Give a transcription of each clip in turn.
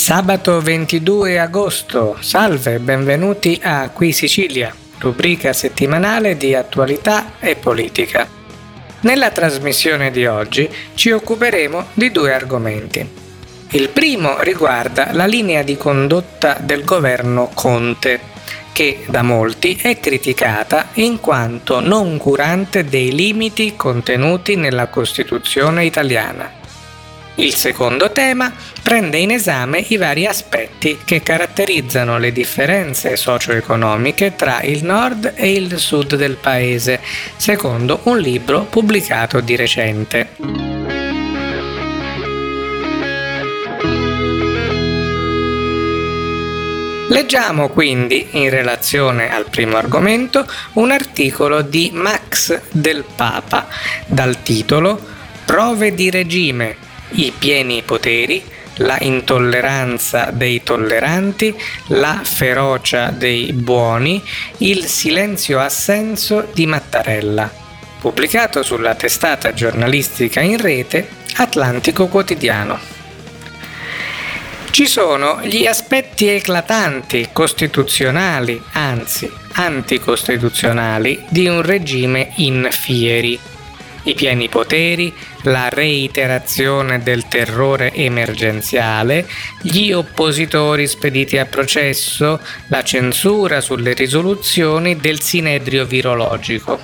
Sabato 22 agosto, salve e benvenuti a Qui Sicilia, rubrica settimanale di attualità e politica. Nella trasmissione di oggi ci occuperemo di due argomenti. Il primo riguarda la linea di condotta del governo Conte, che da molti è criticata in quanto non curante dei limiti contenuti nella Costituzione italiana. Il secondo tema prende in esame i vari aspetti che caratterizzano le differenze socio-economiche tra il nord e il sud del paese, secondo un libro pubblicato di recente. Leggiamo quindi, in relazione al primo argomento, un articolo di Max Del Papa dal titolo "Prove di regime, i pieni poteri, la intolleranza dei tolleranti, la ferocia dei buoni, il silenzio assenso di Mattarella", pubblicato sulla testata giornalistica in rete Atlantico Quotidiano. Ci sono gli aspetti eclatanti, costituzionali, anzi anticostituzionali, di un regime in fieri. I pieni poteri, la reiterazione del terrore emergenziale, gli oppositori spediti a processo, la censura sulle risoluzioni del sinedrio virologico.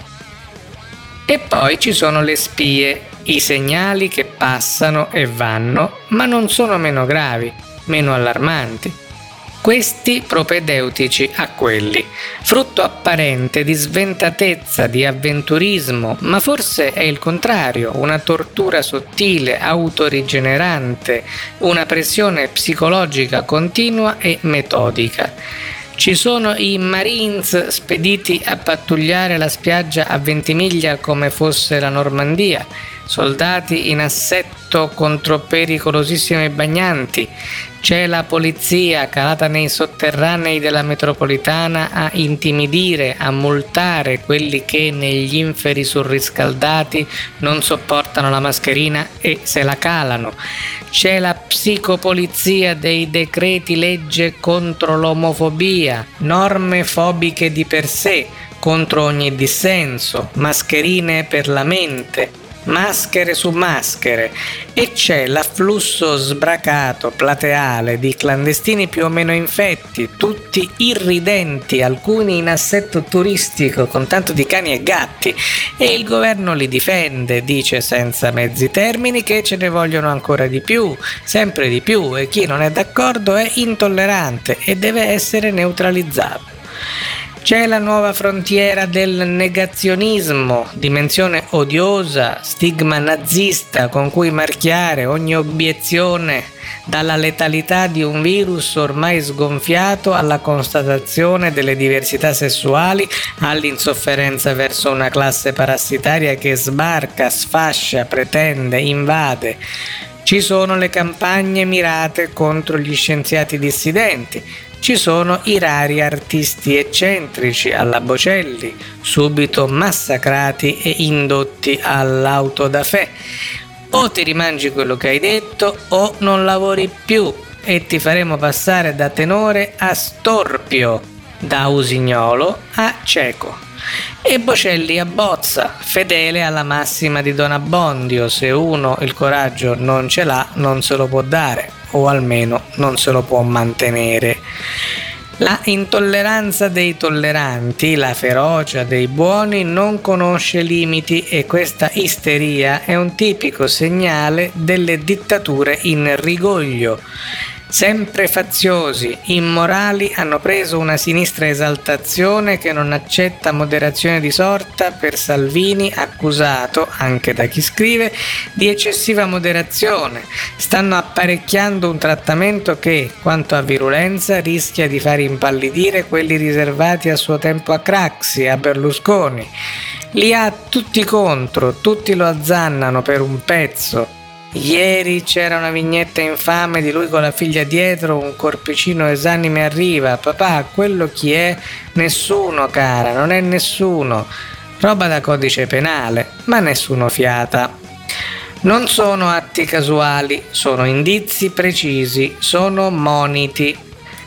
E poi ci sono le spie, i segnali che passano e vanno, ma non sono meno gravi, meno allarmanti. Questi propedeutici a quelli, frutto apparente di sventatezza, di avventurismo, ma forse è il contrario, una tortura sottile, autorigenerante, una pressione psicologica continua e metodica. Ci sono i Marines spediti a pattugliare la spiaggia a Ventimiglia come fosse la Normandia, soldati in assetto contro pericolosissimi bagnanti. C'è la polizia calata nei sotterranei della metropolitana a intimidire, a multare quelli che negli inferi surriscaldati non sopportano la mascherina e se la calano. C'è la psicopolizia dei decreti legge contro l'omofobia, norme fobiche di per sé, contro ogni dissenso, mascherine per la mente, maschere su maschere, e c'è l'afflusso sbracato, plateale, di clandestini più o meno infetti, tutti irridenti, alcuni in assetto turistico con tanto di cani e gatti, e il governo li difende, dice senza mezzi termini che ce ne vogliono ancora di più, sempre di più, e chi non è d'accordo è intollerante e deve essere neutralizzato. C'è la nuova frontiera del negazionismo, dimensione odiosa, stigma nazista con cui marchiare ogni obiezione, dalla letalità di un virus ormai sgonfiato alla constatazione delle diversità sessuali, all'insofferenza verso una classe parassitaria che sbarca, sfascia, pretende, invade. Ci sono le campagne mirate contro gli scienziati dissidenti. Ci sono i rari artisti eccentrici alla Bocelli, subito massacrati e indotti all'autodafè. O ti rimangi quello che hai detto o non lavori più e ti faremo passare da tenore a storpio, da usignolo a cieco. E Bocelli abbozza, fedele alla massima di Don Abbondio: se uno il coraggio non ce l'ha, non se lo può dare, o almeno non se lo può mantenere. La intolleranza dei tolleranti, la ferocia dei buoni non conosce limiti, e questa isteria è un tipico segnale delle dittature in rigoglio. Sempre faziosi, immorali, hanno preso una sinistra esaltazione che non accetta moderazione di sorta per Salvini, accusato, anche da chi scrive, di eccessiva moderazione. Stanno apparecchiando un trattamento che, quanto a virulenza, rischia di far impallidire quelli riservati a suo tempo a Craxi, a Berlusconi. Li ha tutti contro, tutti lo azzannano per un pezzo. Ieri c'era una vignetta infame di lui con la figlia dietro, un corpicino esanime arriva: "Papà, quello chi è?" "Nessuno, cara, non è nessuno." Roba da codice penale, ma nessuno fiata. Non sono atti casuali, sono indizi precisi, sono moniti.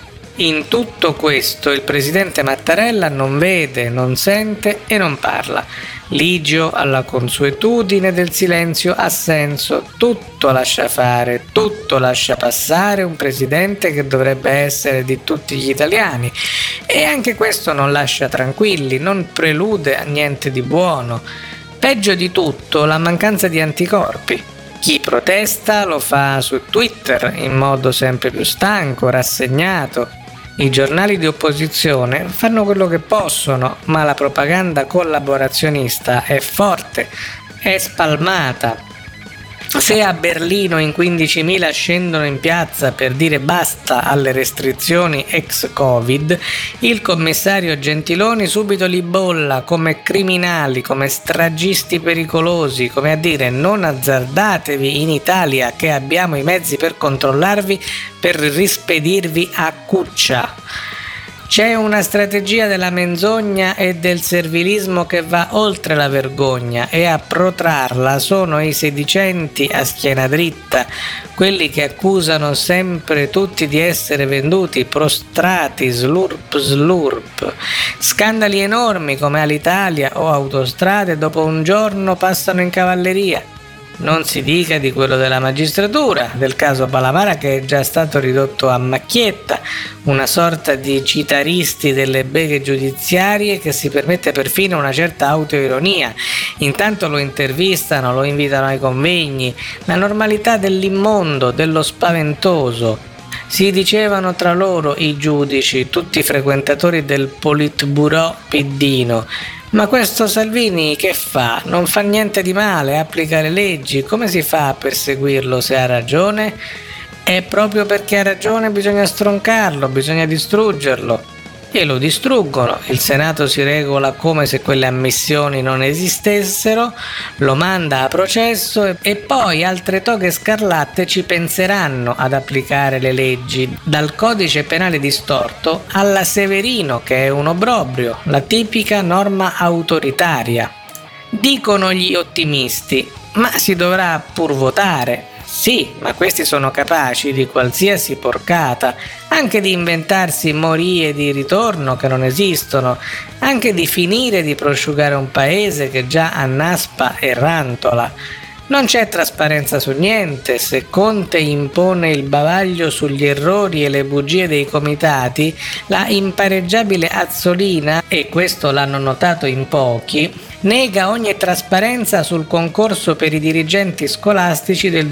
In tutto questo il presidente Mattarella non vede, non sente e non parla. Ligio alla consuetudine del silenzio assenso, tutto lascia fare, tutto lascia passare un presidente che dovrebbe essere di tutti gli italiani, e anche questo non lascia tranquilli, non prelude a niente di buono. Peggio di tutto la mancanza di anticorpi. Chi protesta lo fa su Twitter in modo sempre più stanco, rassegnato. I giornali di opposizione fanno quello che possono, ma la propaganda collaborazionista è forte, è spalmata. Se a Berlino in 15.000 scendono in piazza per dire basta alle restrizioni ex-Covid, il commissario Gentiloni subito li bolla come criminali, come stragisti pericolosi, come a dire: non azzardatevi in Italia che abbiamo i mezzi per controllarvi, per rispedirvi a cuccia. C'è una strategia della menzogna e del servilismo che va oltre la vergogna, e a protrarla sono i sedicenti a schiena dritta, quelli che accusano sempre tutti di essere venduti, prostrati, slurp. Scandali enormi come Alitalia o Autostrade dopo un giorno passano in cavalleria. Non si dica di quello della magistratura, del caso Palamara, che è già stato ridotto a macchietta, una sorta di citaristi delle beghe giudiziarie che si permette perfino una certa autoironia. Intanto lo intervistano, lo invitano ai convegni, la normalità dell'immondo, dello spaventoso. Si dicevano tra loro i giudici, tutti frequentatori del Politburo piddino: ma questo Salvini che fa? Non fa niente di male, applica le leggi, come si fa a perseguirlo se ha ragione? È proprio perché ha ragione bisogna stroncarlo, bisogna distruggerlo. E lo distruggono, il Senato si regola come se quelle ammissioni non esistessero, lo manda a processo e poi altre toghe scarlatte ci penseranno ad applicare le leggi, dal codice penale distorto alla Severino, che è un obbrobrio, la tipica norma autoritaria. Dicono gli ottimisti: ma si dovrà pur votare. Sì, ma questi sono capaci di qualsiasi porcata, anche di inventarsi morie di ritorno che non esistono, anche di finire di prosciugare un paese che già annaspa e rantola. Non c'è trasparenza su niente. Se Conte impone il bavaglio sugli errori e le bugie dei comitati, la impareggiabile Azzolina, e questo l'hanno notato in pochi, nega ogni trasparenza sul concorso per i dirigenti scolastici del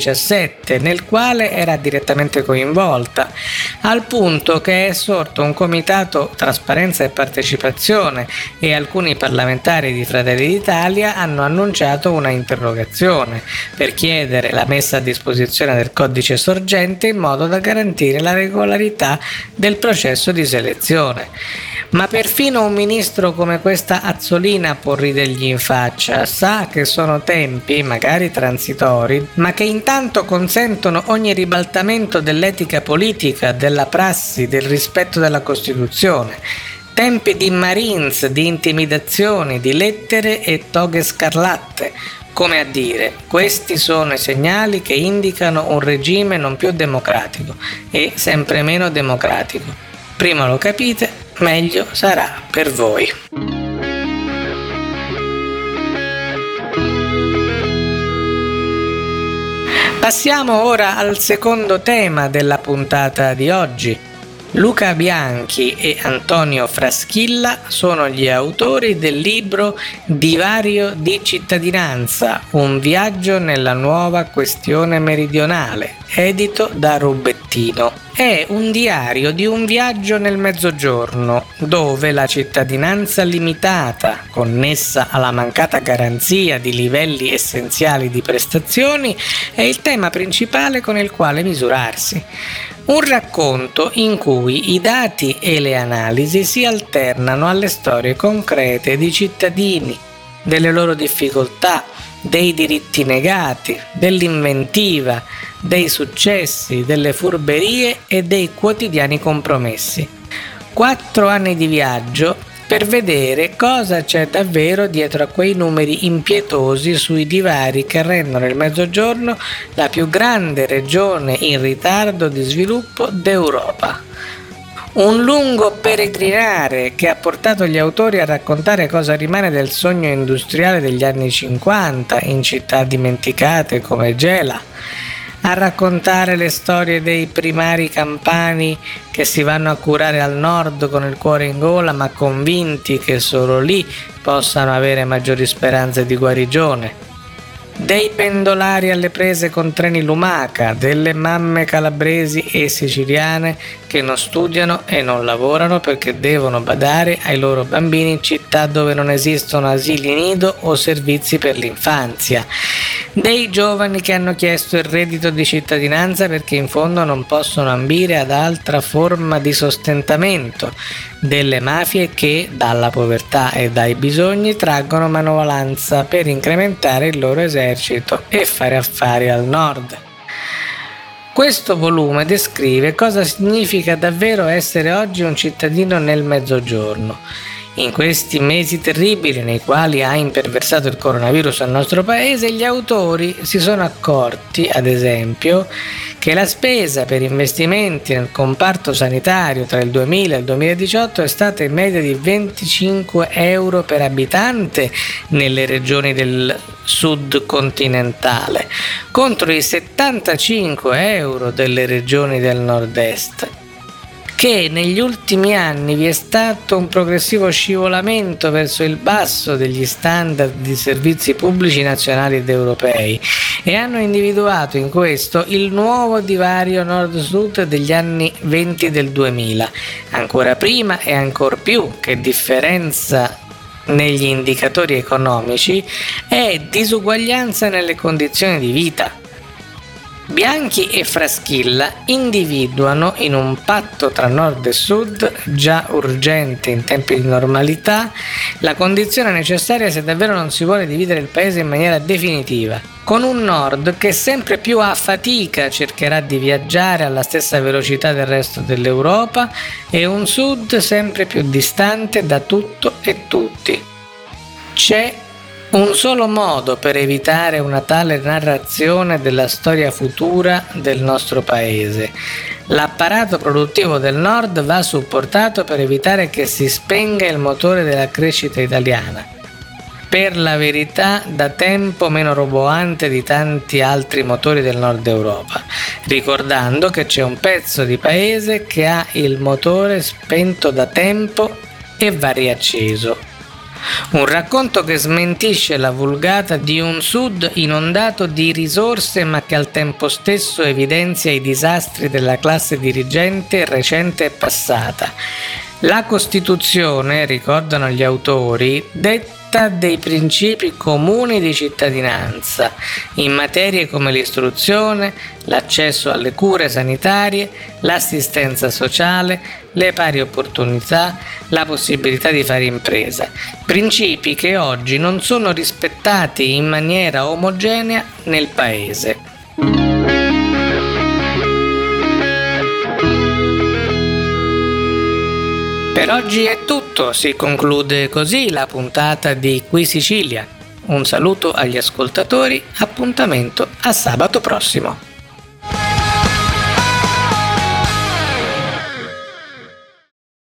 2017, nel quale era direttamente coinvolta, al punto che è sorto un comitato trasparenza e partecipazione e alcuni parlamentari di Fratelli d'Italia hanno annunciato una interrogazione per chiedere la messa a disposizione del codice sorgente in modo da garantire la regolarità del processo di selezione. Ma perfino un ministro come questa Azzolina può ridergli in faccia, sa che sono tempi, magari transitori, ma che intanto consentono ogni ribaltamento dell'etica politica, della prassi, del rispetto della Costituzione. Tempi di Marines, di intimidazioni, di lettere e toghe scarlatte. Come a dire, questi sono i segnali che indicano un regime non più democratico e sempre meno democratico. Prima lo capite, meglio sarà per voi. Passiamo ora al secondo tema della puntata di oggi. Luca Bianchi e Antonio Fraschilla sono gli autori del libro Divario di cittadinanza, un viaggio nella nuova questione meridionale, edito da Rubettino. È un diario di un viaggio nel Mezzogiorno, dove la cittadinanza limitata, connessa alla mancata garanzia di livelli essenziali di prestazioni, è il tema principale con il quale misurarsi. Un racconto in cui i dati e le analisi si alternano alle storie concrete di cittadini, delle loro difficoltà, dei diritti negati, dell'inventiva, dei successi, delle furberie e dei quotidiani compromessi. 4 anni di viaggio per vedere cosa c'è davvero dietro a quei numeri impietosi sui divari che rendono il Mezzogiorno la più grande regione in ritardo di sviluppo d'Europa. Un lungo peregrinare che ha portato gli autori a raccontare cosa rimane del sogno industriale degli anni 50 in città dimenticate come Gela, a raccontare le storie dei primari campani che si vanno a curare al nord con il cuore in gola ma convinti che solo lì possano avere maggiori speranze di guarigione, dei pendolari alle prese con treni lumaca, delle mamme calabresi e siciliane che non studiano e non lavorano perché devono badare ai loro bambini in città dove non esistono asili nido o servizi per l'infanzia, dei giovani che hanno chiesto il reddito di cittadinanza perché in fondo non possono ambire ad altra forma di sostentamento, delle mafie che dalla povertà e dai bisogni traggono manovalanza per incrementare il loro esercito e fare affari al nord. Questo volume descrive cosa significa davvero essere oggi un cittadino nel Mezzogiorno. In questi mesi terribili nei quali ha imperversato il coronavirus al nostro paese, gli autori si sono accorti, ad esempio, che la spesa per investimenti nel comparto sanitario tra il 2000 e il 2018 è stata in media di 25 euro per abitante nelle regioni del sud continentale, contro i 75 euro delle regioni del nord-est. Che negli ultimi anni vi è stato un progressivo scivolamento verso il basso degli standard di servizi pubblici nazionali ed europei e hanno individuato in questo il nuovo divario nord-sud degli anni 20 del 2000, ancora prima e ancor più che differenza negli indicatori economici è disuguaglianza nelle condizioni di vita. Bianchi e Fraschilla individuano in un patto tra nord e sud, già urgente in tempi di normalità, la condizione necessaria se davvero non si vuole dividere il paese in maniera definitiva, con un nord che sempre più a fatica cercherà di viaggiare alla stessa velocità del resto dell'Europa e un sud sempre più distante da tutto e tutti. C'è un solo modo per evitare una tale narrazione della storia futura del nostro paese. L'apparato produttivo del nord va supportato per evitare che si spenga il motore della crescita italiana, per la verità da tempo meno roboante di tanti altri motori del nord Europa, ricordando che c'è un pezzo di paese che ha il motore spento da tempo e va riacceso. Un racconto che smentisce la vulgata di un sud inondato di risorse ma che al tempo stesso evidenzia i disastri della classe dirigente recente e passata. La Costituzione, ricordano gli autori, detta dei principi comuni di cittadinanza in materie come l'istruzione, l'accesso alle cure sanitarie, l'assistenza sociale, le pari opportunità, la possibilità di fare impresa, principi che oggi non sono rispettati in maniera omogenea nel Paese. Per oggi è tutto, si conclude così la puntata di Qui Sicilia. Un saluto agli ascoltatori, appuntamento a sabato prossimo.